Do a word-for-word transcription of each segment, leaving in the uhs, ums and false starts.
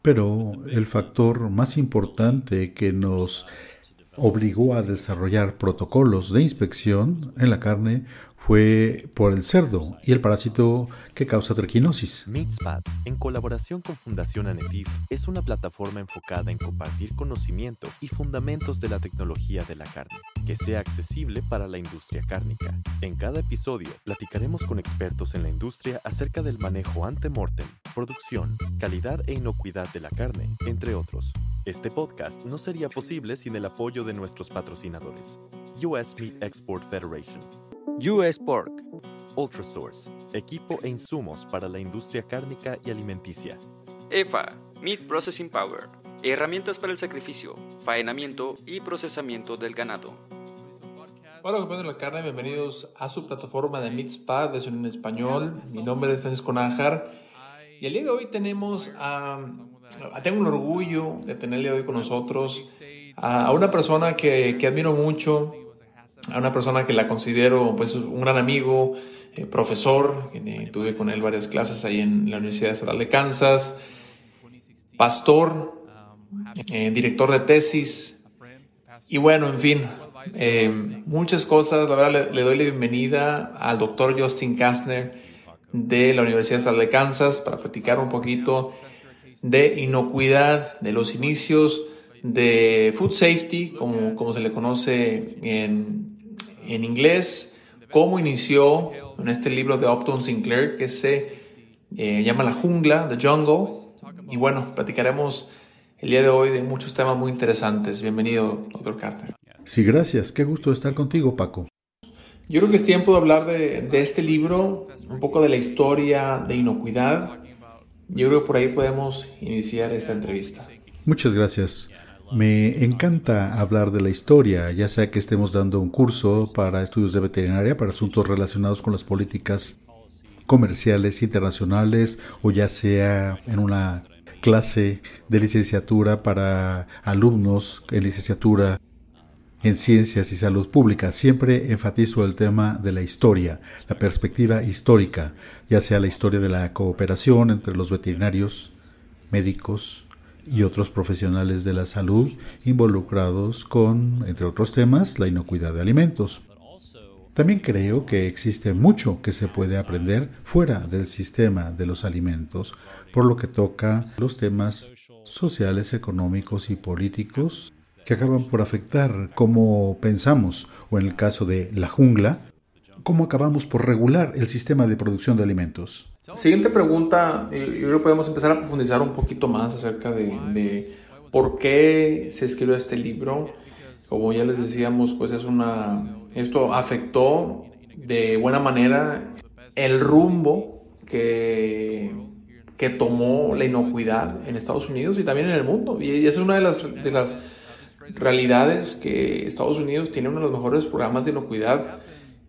Pero el factor más importante que nos obligó a desarrollar protocolos de inspección en la carne fue por el cerdo y el parásito que causa triquinosis. MeatSpot, en colaboración con Fundación ANEPIF, es una plataforma enfocada en compartir conocimiento y fundamentos de la tecnología de la carne, que sea accesible para la industria cárnica. En cada episodio, platicaremos con expertos en la industria acerca del manejo ante-mortem, producción, calidad e inocuidad de la carne, entre otros. Este podcast no sería posible sin el apoyo de nuestros patrocinadores. U S Meat Export Federation, U S Pork, Ultrasource, equipo e insumos para la industria cárnica y alimenticia. E F A, Meat Processing Power, herramientas para el sacrificio, faenamiento y procesamiento del ganado. Hola, compañeros de la carne, bienvenidos a su plataforma de MeatSpot, versión en español. Mi nombre es Francisco Nájar y el día de hoy tenemos a... Uh, tengo un orgullo de tenerle hoy con nosotros a, a una persona que, que admiro mucho, a una persona que la considero pues un gran amigo, eh, profesor, eh, tuve con él varias clases ahí en la Universidad Estatal de Kansas, pastor, eh, director de tesis y bueno, en fin, eh, muchas cosas. La verdad le, le doy la bienvenida al doctor Justin Kastner de la Universidad Estatal de Kansas para platicar un poquito de inocuidad, de los inicios de food safety, como, como se le conoce en, en inglés, cómo inició en este libro de Upton Sinclair que se eh, llama La Jungla, The Jungle. Y bueno, platicaremos el día de hoy de muchos temas muy interesantes. Bienvenido, doctor Kastner. Sí, gracias. Qué gusto estar contigo, Paco. Yo creo que es tiempo de hablar de, de este libro, un poco de la historia de inocuidad. Yo creo que por ahí podemos iniciar esta entrevista. Muchas gracias. Me encanta hablar de la historia, ya sea que estemos dando un curso para estudios de veterinaria, para asuntos relacionados con las políticas comerciales internacionales, o ya sea en una clase de licenciatura para alumnos en licenciatura en Ciencias y Salud Pública. Siempre enfatizo el tema de la historia, la perspectiva histórica, ya sea la historia de la cooperación entre los veterinarios, médicos y otros profesionales de la salud involucrados con, entre otros temas, la inocuidad de alimentos. También creo que existe mucho que se puede aprender fuera del sistema de los alimentos, por lo que toca los temas sociales, económicos y políticos que acaban por afectar cómo pensamos, o en el caso de la jungla, cómo acabamos por regular el sistema de producción de alimentos. Siguiente pregunta, yo creo que podemos empezar a profundizar un poquito más acerca de, de por qué se escribió este libro. Como ya les decíamos, pues es una, esto afectó de buena manera el rumbo que, que tomó la inocuidad en Estados Unidos y también en el mundo. Y esa es una de las, de las realidades, que Estados Unidos tiene uno de los mejores programas de inocuidad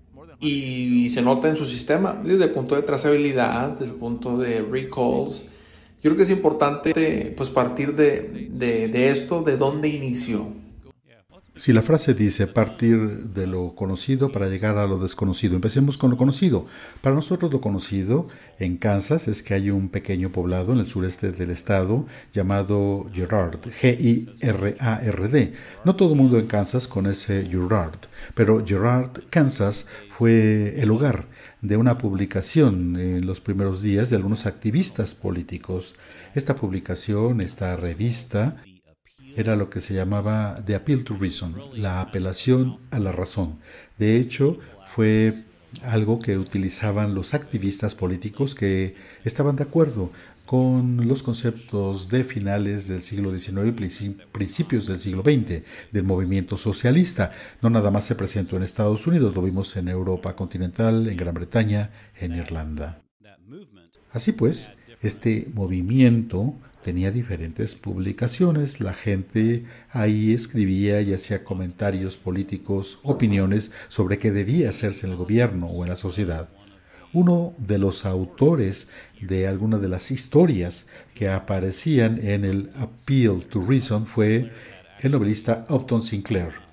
y se nota en su sistema desde el punto de trazabilidad, desde el punto de recalls. Yo creo que es importante pues partir de, de, de esto, de dónde inició. Si la frase dice partir de lo conocido para llegar a lo desconocido, empecemos con lo conocido. Para nosotros lo conocido en Kansas es que hay un pequeño poblado en el sureste del estado llamado Girard, G I R A R D. No todo el mundo en Kansas conoce Girard, pero Girard, Kansas, fue el hogar de una publicación en los primeros días de algunos activistas políticos. Esta publicación, esta revista, era lo que se llamaba The Appeal to Reason, la apelación a la razón. De hecho, fue algo que utilizaban los activistas políticos que estaban de acuerdo con los conceptos de finales del siglo diecinueve y principios del siglo veinte del movimiento socialista. No nada más se presentó en Estados Unidos, lo vimos en Europa continental, en Gran Bretaña, en Irlanda. Así pues, este movimiento tenía diferentes publicaciones, la gente ahí escribía y hacía comentarios políticos, opiniones sobre qué debía hacerse en el gobierno o en la sociedad. Uno de los autores de algunas de las historias que aparecían en el Appeal to Reason fue el novelista Upton Sinclair.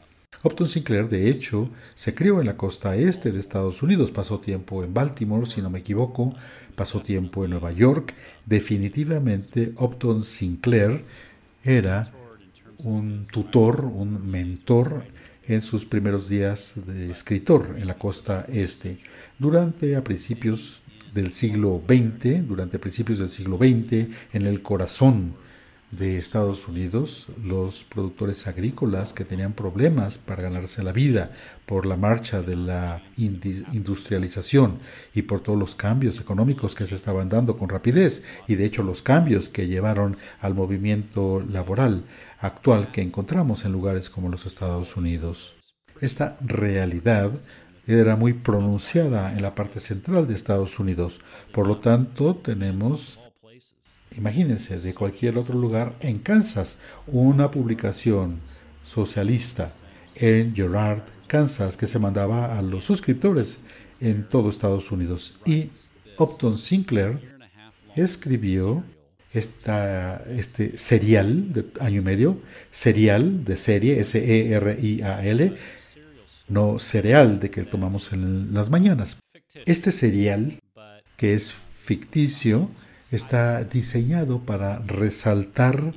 Upton Sinclair, de hecho, se crió en la costa este de Estados Unidos, pasó tiempo en Baltimore, si no me equivoco, pasó tiempo en Nueva York. Definitivamente Upton Sinclair era un tutor, un mentor en sus primeros días de escritor en la costa este. Durante a principios del siglo veinte, durante principios del siglo veinte, en el corazón de Estados Unidos, los productores agrícolas que tenían problemas para ganarse la vida por la marcha de la industrialización y por todos los cambios económicos que se estaban dando con rapidez, y de hecho los cambios que llevaron al movimiento laboral actual que encontramos en lugares como los Estados Unidos. Esta realidad era muy pronunciada en la parte central de Estados Unidos. Por lo tanto, tenemos, imagínense, de cualquier otro lugar en Kansas, una publicación socialista en Girard, Kansas, que se mandaba a los suscriptores en todo Estados Unidos. Y Upton Sinclair escribió esta, este serial de año y medio, serial de serie, S E R I A L, no cereal de que tomamos en las mañanas. Este serial, que es ficticio, está diseñado para resaltar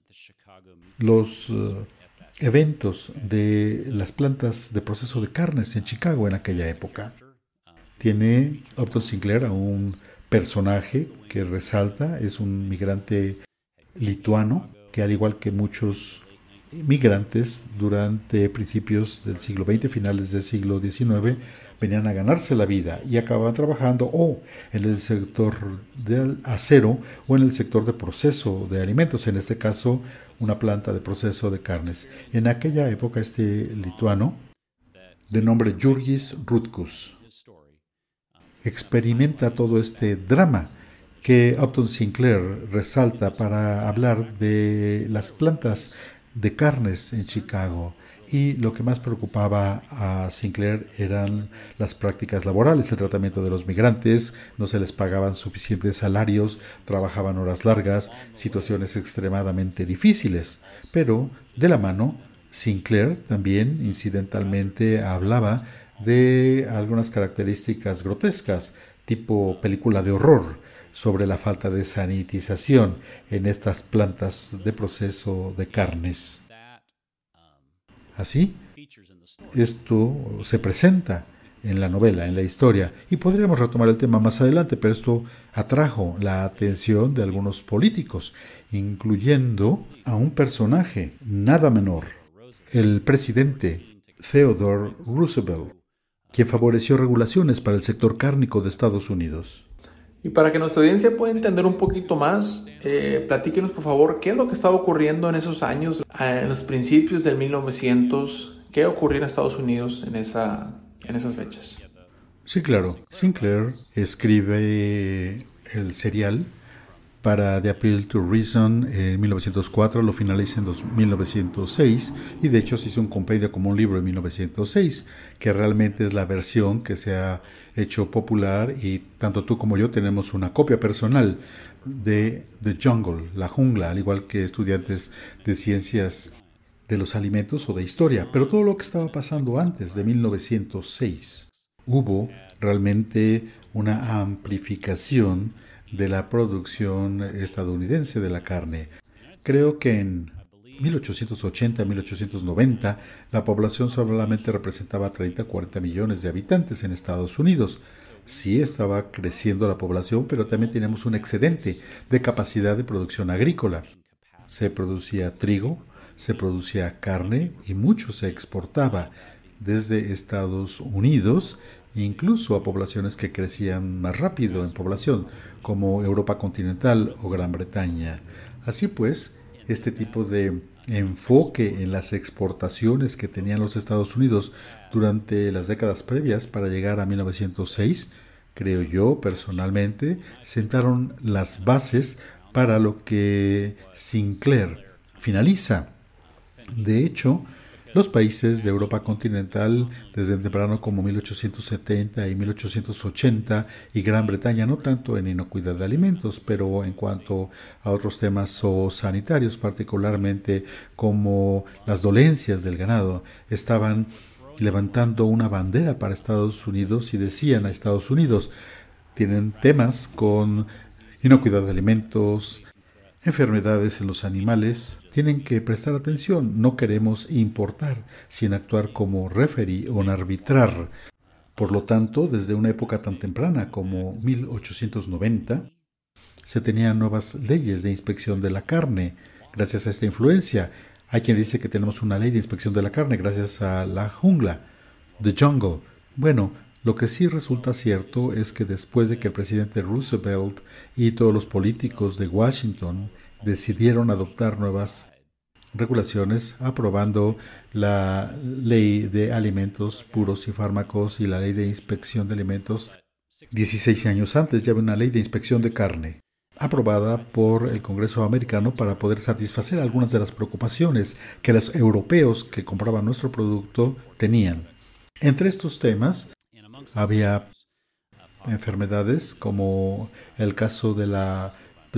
los uh, eventos de las plantas de proceso de carnes en Chicago en aquella época. Tiene Upton Sinclair a un personaje que resalta, es un migrante lituano, que al igual que muchos migrantes durante principios del siglo veinte, finales del siglo diecinueve, venían a ganarse la vida y acababan trabajando o en el sector del acero o en el sector de proceso de alimentos, en este caso una planta de proceso de carnes. En aquella época este lituano, de nombre Jurgis Rutkus, experimenta todo este drama que Upton Sinclair resalta para hablar de las plantas de carnes en Chicago, y lo que más preocupaba a Sinclair eran las prácticas laborales, el tratamiento de los migrantes, no se les pagaban suficientes salarios, trabajaban horas largas, situaciones extremadamente difíciles. Pero de la mano, Sinclair también incidentalmente hablaba de algunas características grotescas, tipo película de horror, sobre la falta de sanitización en estas plantas de proceso de carnes. Así, esto se presenta en la novela, en la historia, y podríamos retomar el tema más adelante, pero esto atrajo la atención de algunos políticos, incluyendo a un personaje nada menor, el presidente Theodore Roosevelt, quien favoreció regulaciones para el sector cárnico de Estados Unidos. Y para que nuestra audiencia pueda entender un poquito más, eh, platíquenos por favor qué es lo que estaba ocurriendo en esos años, eh, en los principios del mil novecientos, qué ocurrió en Estados Unidos en, esa, en esas fechas. Sí, claro. Sinclair escribe el serial para The Appeal to Reason en mil novecientos cuatro, lo finaliza en mil novecientos seis y de hecho se hizo un compendio como un libro en mil novecientos seis, que realmente es la versión que se ha hecho popular, y tanto tú como yo tenemos una copia personal de The Jungle, La Jungla, al igual que estudiantes de ciencias de los alimentos o de historia. Pero todo lo que estaba pasando antes de mil novecientos seis, hubo realmente una amplificación de la producción estadounidense de la carne. Creo que en mil ochocientos ochenta a mil ochocientos noventa la población solamente representaba treinta a cuarenta millones de habitantes en Estados Unidos. Sí estaba creciendo la población, pero también teníamos un excedente de capacidad de producción agrícola. Se producía trigo, se producía carne y mucho se exportaba desde Estados Unidos, incluso a poblaciones que crecían más rápido en población, como Europa continental o Gran Bretaña. Así pues, este tipo de enfoque en las exportaciones que tenían los Estados Unidos durante las décadas previas para llegar a mil novecientos seis, creo yo personalmente, sentaron las bases para lo que Sinclair finaliza. De hecho, Los países de Europa continental, desde temprano como mil ochocientos setenta y mil ochocientos ochenta, y Gran Bretaña, no tanto en inocuidad de alimentos, pero en cuanto a otros temas zoosanitarios, particularmente como las dolencias del ganado, estaban levantando una bandera para Estados Unidos y decían a Estados Unidos, tienen temas con inocuidad de alimentos, enfermedades en los animales, tienen que prestar atención. No queremos importar, sin actuar como referee o arbitrar. Por lo tanto, desde una época tan temprana como mil ochocientos noventa, se tenían nuevas leyes de inspección de la carne. Gracias a esta influencia, hay quien dice que tenemos una ley de inspección de la carne gracias a la jungla, the jungle. Bueno, lo que sí resulta cierto es que después de que el presidente Roosevelt y todos los políticos de Washington decidieron adoptar nuevas regulaciones, aprobando la ley de alimentos puros y fármacos y la ley de inspección de alimentos, dieciséis años antes ya había una ley de inspección de carne aprobada por el Congreso americano para poder satisfacer algunas de las preocupaciones que los europeos que compraban nuestro producto tenían. Entre estos temas había enfermedades como el caso de la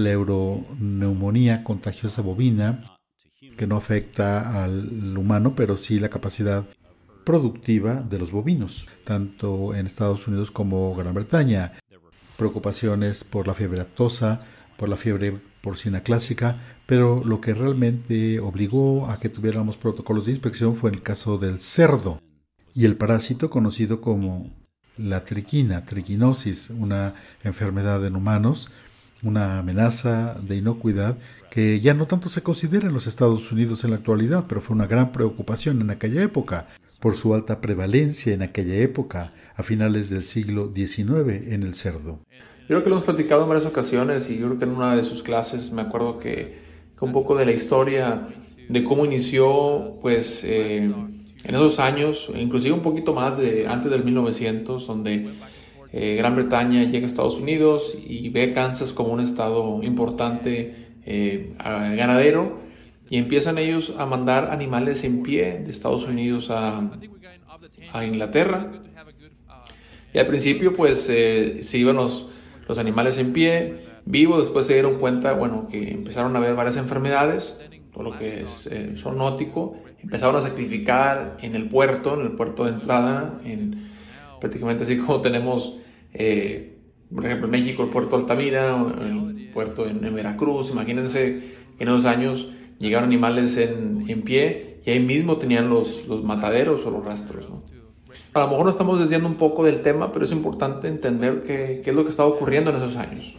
pleuroneumonía contagiosa bovina, que no afecta al humano, pero sí la capacidad productiva de los bovinos, tanto en Estados Unidos como Gran Bretaña. Preocupaciones por la fiebre aftosa, por la fiebre porcina clásica, pero lo que realmente obligó a que tuviéramos protocolos de inspección fue el caso del cerdo y el parásito conocido como la triquina, triquinosis, una enfermedad en humanos, una amenaza de inocuidad que ya no tanto se considera en los Estados Unidos en la actualidad, pero fue una gran preocupación en aquella época, por su alta prevalencia en aquella época, a finales del siglo diecinueve, en el cerdo. Yo creo que lo hemos platicado en varias ocasiones y yo creo que en una de sus clases me acuerdo que, que un poco de la historia de cómo inició, pues, eh, en esos años, inclusive un poquito más de antes del mil novecientos, donde eh, Gran Bretaña llega a Estados Unidos y ve Kansas como un estado importante eh, ganadero, y empiezan ellos a mandar animales en pie de Estados Unidos a, a Inglaterra. Y al principio pues eh, se iban los, los animales en pie, vivos. Después se dieron cuenta, bueno, que empezaron a haber varias enfermedades, todo lo que es eh, zoonótico. Empezaron a sacrificar en el puerto, en el puerto de entrada, en, prácticamente así como tenemos, eh, por ejemplo, en México, el puerto de Altamira, el puerto en, en Veracruz. Imagínense que en esos años llegaron animales en, en pie y ahí mismo tenían los, los mataderos o los rastros, ¿no? A lo mejor nos estamos desviando un poco del tema, pero es importante entender qué, qué es lo que estaba ocurriendo en esos años.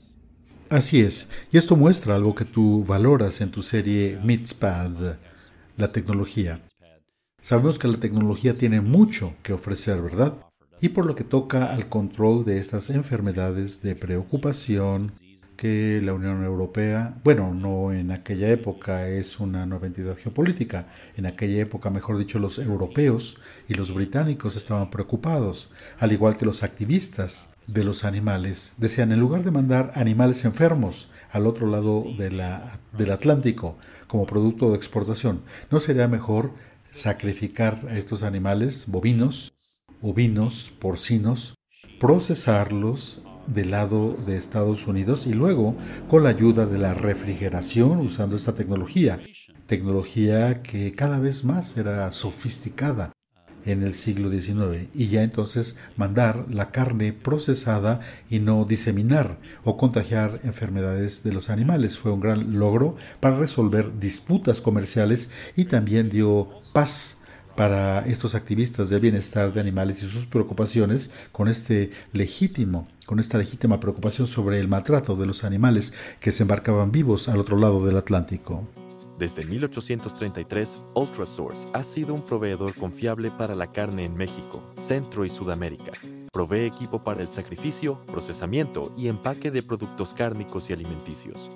Así es, y esto muestra algo que tú valoras en tu serie MeatSpad, la tecnología. Sabemos que la tecnología tiene mucho que ofrecer, ¿verdad? Y por lo que toca al control de estas enfermedades de preocupación que la Unión Europea, bueno, no en aquella época, es una nueva entidad geopolítica. En aquella época, mejor dicho, los europeos y los británicos estaban preocupados, al igual que los activistas de los animales. Decían, en lugar de mandar animales enfermos al otro lado de la, del Atlántico como producto de exportación, ¿no sería mejor sacrificar a estos animales bovinos, ovinos, porcinos, procesarlos del lado de Estados Unidos y luego con la ayuda de la refrigeración usando esta tecnología, tecnología que cada vez más era sofisticada en el siglo diecinueve, y ya entonces mandar la carne procesada y no diseminar o contagiar enfermedades de los animales? Fue un gran logro para resolver disputas comerciales y también dio paz para estos activistas del bienestar de animales y sus preocupaciones con este legítimo, con esta legítima preocupación sobre el maltrato de los animales que se embarcaban vivos al otro lado del Atlántico. Desde mil ochocientos treinta y tres, UltraSource ha sido un proveedor confiable para la carne en México, Centro y Sudamérica. Provee equipo para el sacrificio, procesamiento y empaque de productos cárnicos y alimenticios.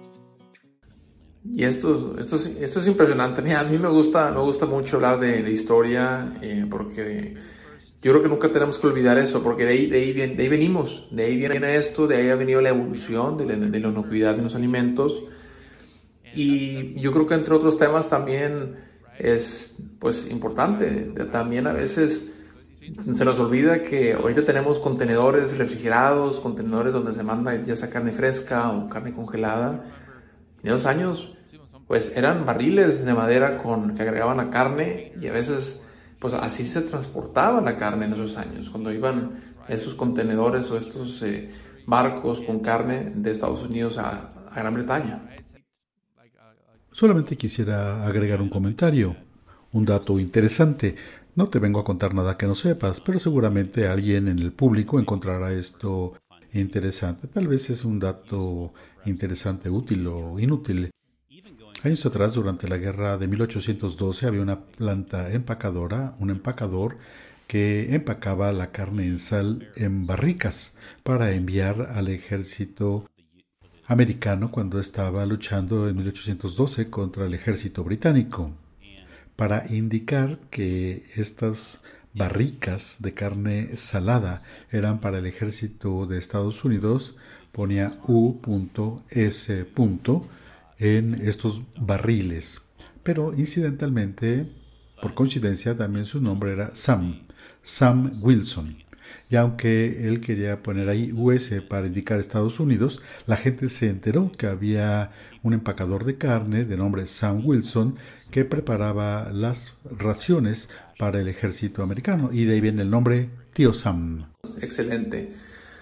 Y esto, esto, es, esto es impresionante. Mira, a mí me gusta, me gusta mucho hablar de, de historia, eh, porque yo creo que nunca tenemos que olvidar eso, porque de ahí, de ahí, de ahí venimos, de ahí viene esto, de ahí ha venido la evolución de la, de la inocuidad de los alimentos. Y yo creo que entre otros temas también es pues importante. También a veces se nos olvida que ahorita tenemos contenedores refrigerados, contenedores donde se manda ya sea carne fresca o carne congelada. En esos años pues eran barriles de madera con que agregaban la carne, y a veces pues así se transportaba la carne en esos años, cuando iban esos contenedores o estos eh, barcos con carne de Estados Unidos a, a Gran Bretaña. Solamente quisiera agregar un comentario, un dato interesante. No te vengo a contar nada que no sepas, pero seguramente alguien en el público encontrará esto interesante. Tal vez es un dato interesante, útil o inútil. Años atrás, durante la guerra de mil ochocientos doce, había una planta empacadora, un empacador que empacaba la carne en sal en barricas para enviar al ejército americano cuando estaba luchando en mil ochocientos doce contra el ejército británico. Para indicar que estas barricas de carne salada eran para el ejército de Estados Unidos, ponía U S en estos barriles. Pero incidentalmente, por coincidencia, también su nombre era Sam, Sam Wilson. Y aunque él quería poner ahí U S para indicar Estados Unidos, la gente se enteró que había un empacador de carne de nombre Sam Wilson que preparaba las raciones para el ejército americano. Y de ahí viene el nombre Tío Sam. Excelente.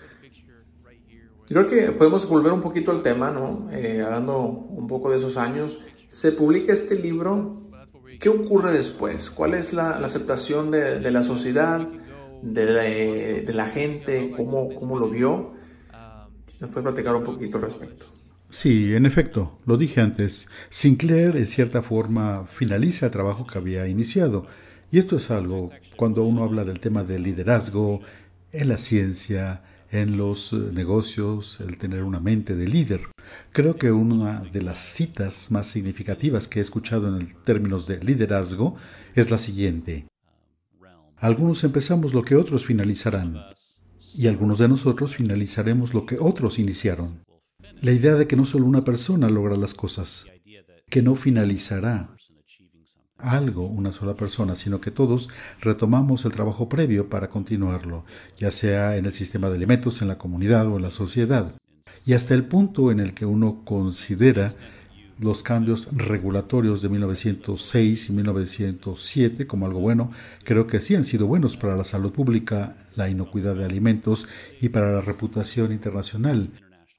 Creo que podemos volver un poquito al tema, ¿no? Eh, hablando un poco de esos años. Se publica este libro. ¿Qué ocurre después? ¿Cuál es la, la aceptación de, de la sociedad, de la, de la gente? ¿Cómo, cómo lo vio? ¿Nos puede platicar un poquito al respecto? Sí, en efecto, lo dije antes. Sinclair, en cierta forma, finaliza el trabajo que había iniciado. Y esto es algo, cuando uno habla del tema del liderazgo, en la ciencia, en los negocios, el tener una mente de líder. Creo que una de las citas más significativas que he escuchado en términos de liderazgo es la siguiente. Algunos empezamos lo que otros finalizarán, y algunos de nosotros finalizaremos lo que otros iniciaron. La idea de que no solo una persona logra las cosas, que no finalizará algo una sola persona, sino que todos retomamos el trabajo previo para continuarlo, ya sea en el sistema de alimentos, en la comunidad o en la sociedad. Y hasta el punto en el que uno considera los cambios regulatorios de mil novecientos seis y mil novecientos siete como algo bueno, creo que sí han sido buenos para la salud pública, la inocuidad de alimentos y para la reputación internacional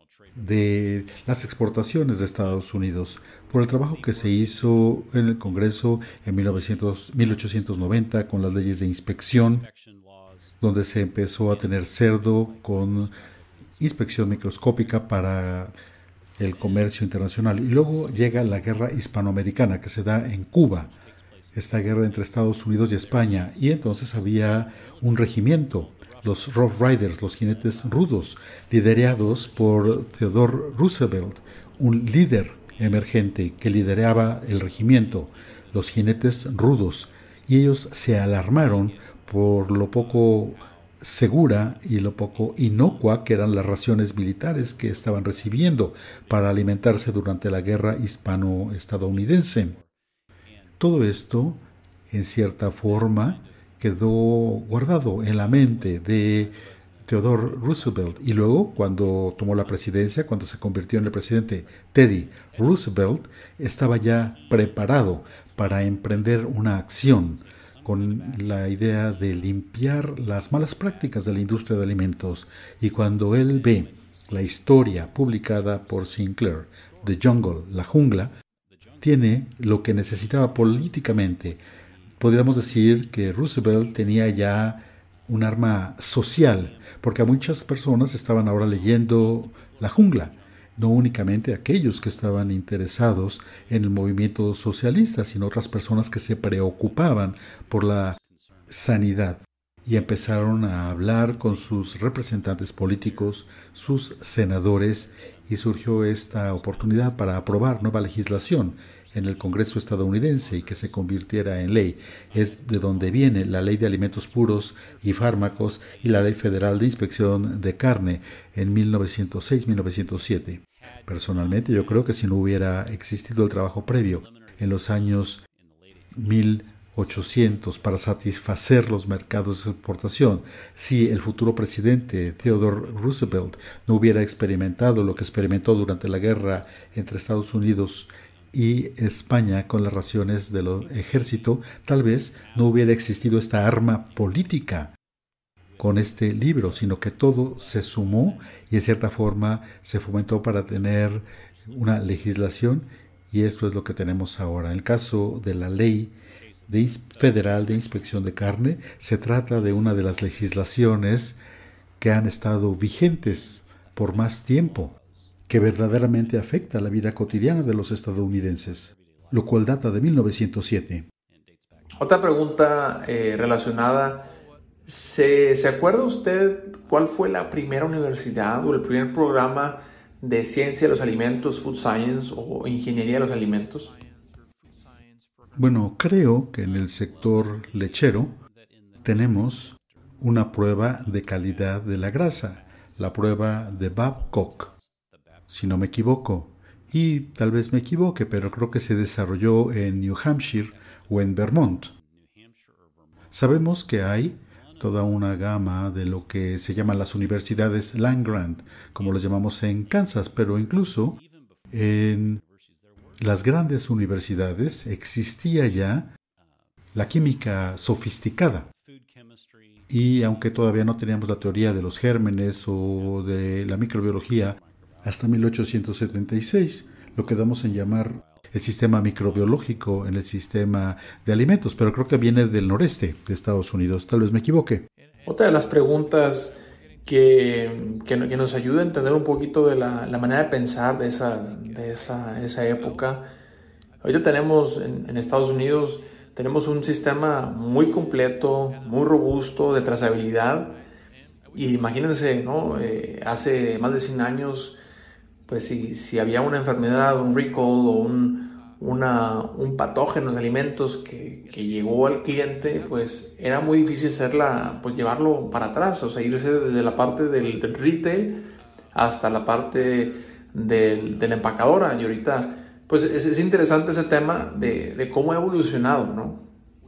de las exportaciones de Estados Unidos, por el trabajo que se hizo en el Congreso en mil ochocientos noventa con las leyes de inspección, donde se empezó a tener cerdo con inspección microscópica para el comercio internacional. Y luego llega la guerra hispanoamericana que se da en Cuba, esta guerra entre Estados Unidos y España, y entonces había un regimiento, los Rough Riders, los jinetes rudos, liderados por Theodore Roosevelt, un líder emergente que lideraba el regimiento, los jinetes rudos, y ellos se alarmaron por lo poco segura y lo poco inocua que eran las raciones militares que estaban recibiendo para alimentarse durante la guerra hispano-estadounidense. Todo esto, en cierta forma, quedó guardado en la mente de Theodore Roosevelt. Y luego, cuando tomó la presidencia, cuando se convirtió en el presidente Teddy Roosevelt, estaba ya preparado para emprender una acción con la idea de limpiar las malas prácticas de la industria de alimentos. Y cuando él ve la historia publicada por Sinclair, The Jungle, la jungla, tiene lo que necesitaba políticamente. Podríamos decir que Roosevelt tenía ya un arma social, porque a muchas personas estaban ahora leyendo La jungla, no únicamente aquellos que estaban interesados en el movimiento socialista, sino otras personas que se preocupaban por la sanidad y empezaron a hablar con sus representantes políticos, sus senadores, y surgió esta oportunidad para aprobar nueva legislación en el Congreso estadounidense y que se convirtiera en ley. Es de donde viene la Ley de Alimentos Puros y Fármacos y la Ley Federal de Inspección de Carne en mil novecientos seis a mil novecientos siete. Personalmente, yo creo que si no hubiera existido el trabajo previo en los años mil ochocientos para satisfacer los mercados de exportación. Si el futuro presidente Theodore Roosevelt no hubiera experimentado lo que experimentó durante la guerra entre Estados Unidos y España con las raciones del ejército, tal vez no hubiera existido esta arma política con este libro, sino que todo se sumó y en cierta forma se fomentó para tener una legislación, y esto es lo que tenemos ahora. En el caso de la ley de federal de inspección de carne, se trata de una de las legislaciones que han estado vigentes por más tiempo, que verdaderamente afecta la vida cotidiana de los estadounidenses, lo cual data de mil novecientos siete. Otra pregunta eh, relacionada, ¿se, ¿se acuerda usted cuál fue la primera universidad o el primer programa de ciencia de los alimentos, food science o ingeniería de los alimentos? Bueno, creo que en el sector lechero tenemos una prueba de calidad de la grasa, la prueba de Babcock, si no me equivoco, y tal vez me equivoque, pero creo que se desarrolló en New Hampshire o en Vermont. Sabemos que hay toda una gama de lo que se llaman las universidades land-grant, como lo llamamos en Kansas, pero incluso en las grandes universidades existía ya la química sofisticada. Y aunque todavía no teníamos la teoría de los gérmenes o de la microbiología hasta mil ochocientos setenta y seis, lo que damos en llamar el sistema microbiológico en el sistema de alimentos, pero creo que viene del noreste de Estados Unidos, tal vez me equivoque. Otra de las preguntas que, que, que nos ayuda a entender un poquito de la, la manera de pensar de esa, de esa, esa época. Ahorita tenemos en, en Estados Unidos tenemos un sistema muy completo, muy robusto de trazabilidad. Y imagínense, ¿no? Eh, hace más de cien años, pues si, si había una enfermedad, un recall o un, una, un patógeno en los alimentos que, que llegó al cliente, pues era muy difícil hacerla, pues llevarlo para atrás, o sea, irse desde la parte del, del retail hasta la parte del, de la empacadora. Y ahorita, pues es, es interesante ese tema de, de cómo ha evolucionado, ¿no?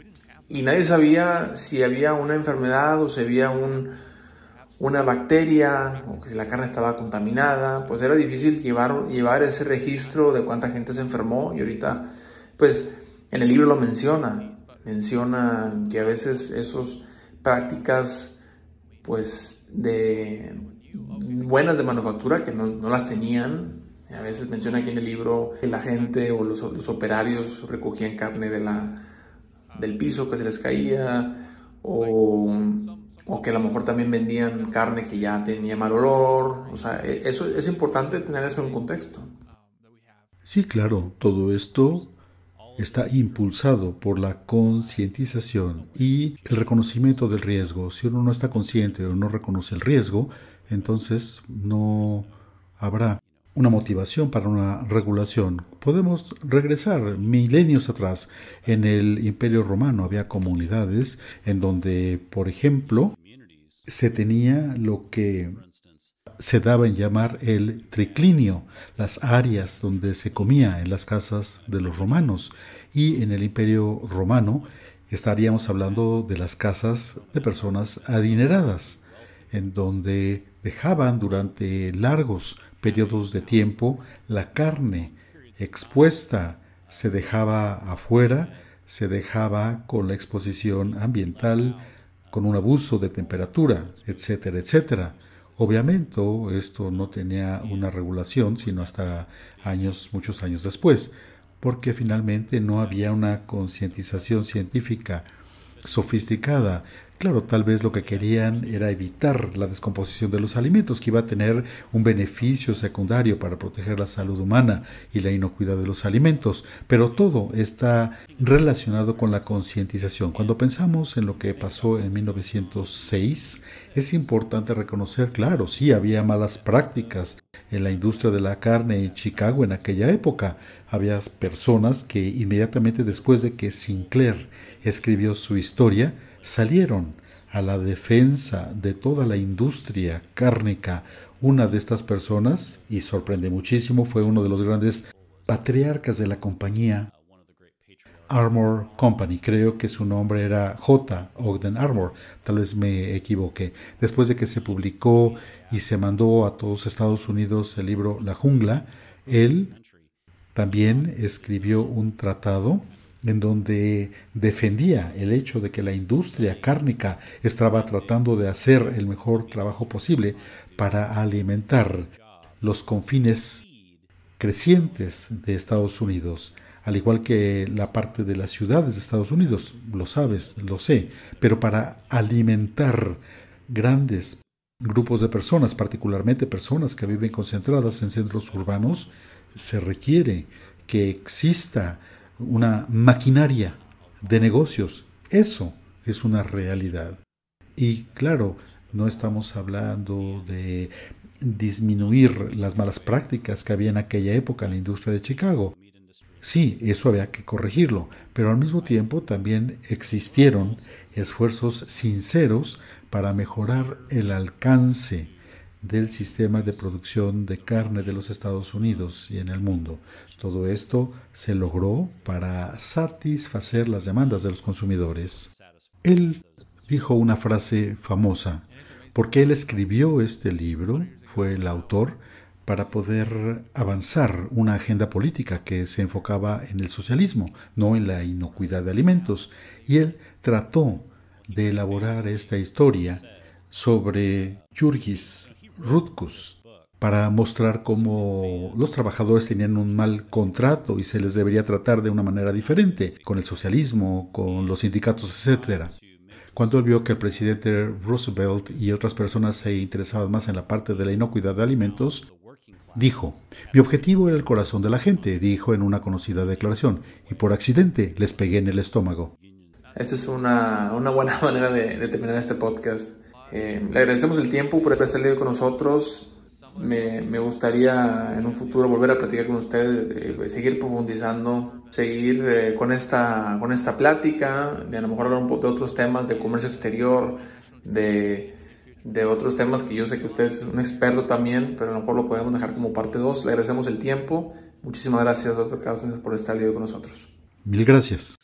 Y nadie sabía si había una enfermedad o si había un... una bacteria, o que si la carne estaba contaminada, pues era difícil llevar, llevar ese registro de cuánta gente se enfermó. Y ahorita, pues en el libro lo menciona, menciona que a veces esas prácticas, pues de buenas de manufactura, que no, no las tenían. A veces menciona aquí en el libro que la gente o los, los operarios recogían carne de la, del piso que se les caía, o... o que a lo mejor también vendían carne que ya tenía mal olor. O sea, eso es importante tener eso en contexto. Sí, claro, todo esto está impulsado por la concientización y el reconocimiento del riesgo. Si uno no está consciente o no reconoce el riesgo, entonces no habrá una motivación para una regulación. Podemos regresar milenios atrás. En el Imperio Romano había comunidades en donde, por ejemplo, se tenía lo que se daba en llamar el triclinio, las áreas donde se comía en las casas de los romanos. Y en el Imperio Romano estaríamos hablando de las casas de personas adineradas, en donde dejaban durante largos periodos de tiempo la carne expuesta, se dejaba afuera, se dejaba con la exposición ambiental, con un abuso de temperatura, etcétera, etcétera. Obviamente esto no tenía una regulación sino hasta años, muchos años después, porque finalmente no había una concientización científica sofisticada. Claro, tal vez lo que querían era evitar la descomposición de los alimentos, que iba a tener un beneficio secundario para proteger la salud humana y la inocuidad de los alimentos, pero todo está relacionado con la concientización. Cuando pensamos en lo que pasó en mil novecientos seis, es importante reconocer, claro, sí había malas prácticas en la industria de la carne en Chicago en aquella época. Había personas que inmediatamente después de que Sinclair escribió su historia, salieron a la defensa de toda la industria cárnica. Una de estas personas, y sorprende muchísimo, fue uno de los grandes patriarcas de la compañía, Armour Company. Creo que su nombre era J. Ogden Armour. Tal vez me equivoqué. Después de que se publicó y se mandó a todos Estados Unidos el libro La Jungla, él también escribió un tratado en donde defendía el hecho de que la industria cárnica estaba tratando de hacer el mejor trabajo posible para alimentar los confines crecientes de Estados Unidos, al igual que la parte de las ciudades de Estados Unidos, lo sabes, lo sé, pero para alimentar grandes grupos de personas, particularmente personas que viven concentradas en centros urbanos, se requiere que exista una maquinaria de negocios. Eso es una realidad. Y claro, no estamos hablando de disminuir las malas prácticas que había en aquella época en la industria de Chicago. Sí, eso había que corregirlo, pero al mismo tiempo también existieron esfuerzos sinceros para mejorar el alcance del sistema de producción de carne de los Estados Unidos y en el mundo. Todo esto se logró para satisfacer las demandas de los consumidores. Él dijo una frase famosa, porque él escribió este libro, fue el autor, para poder avanzar una agenda política que se enfocaba en el socialismo, no en la inocuidad de alimentos. Y él trató de elaborar esta historia sobre Jurgis Rutkus para mostrar cómo los trabajadores tenían un mal contrato y se les debería tratar de una manera diferente, con el socialismo, con los sindicatos, etcétera. Cuando él vio que el presidente Roosevelt y otras personas se interesaban más en la parte de la inocuidad de alimentos, dijo: mi objetivo era el corazón de la gente, dijo en una conocida declaración, y por accidente les pegué en el estómago. Esta es una, una buena manera de, de terminar este podcast. Eh, le agradecemos el tiempo por estar leído con nosotros. Me, me gustaría en un futuro volver a platicar con usted, eh, seguir profundizando, seguir eh, con, esta, con esta plática, de a lo mejor hablar un poco de otros temas de comercio exterior, de, de otros temas que yo sé que usted es un experto también, pero a lo mejor lo podemos dejar como parte dos. Le agradecemos el tiempo. Muchísimas gracias, doctor Carstens, por estar leído con nosotros. Mil gracias.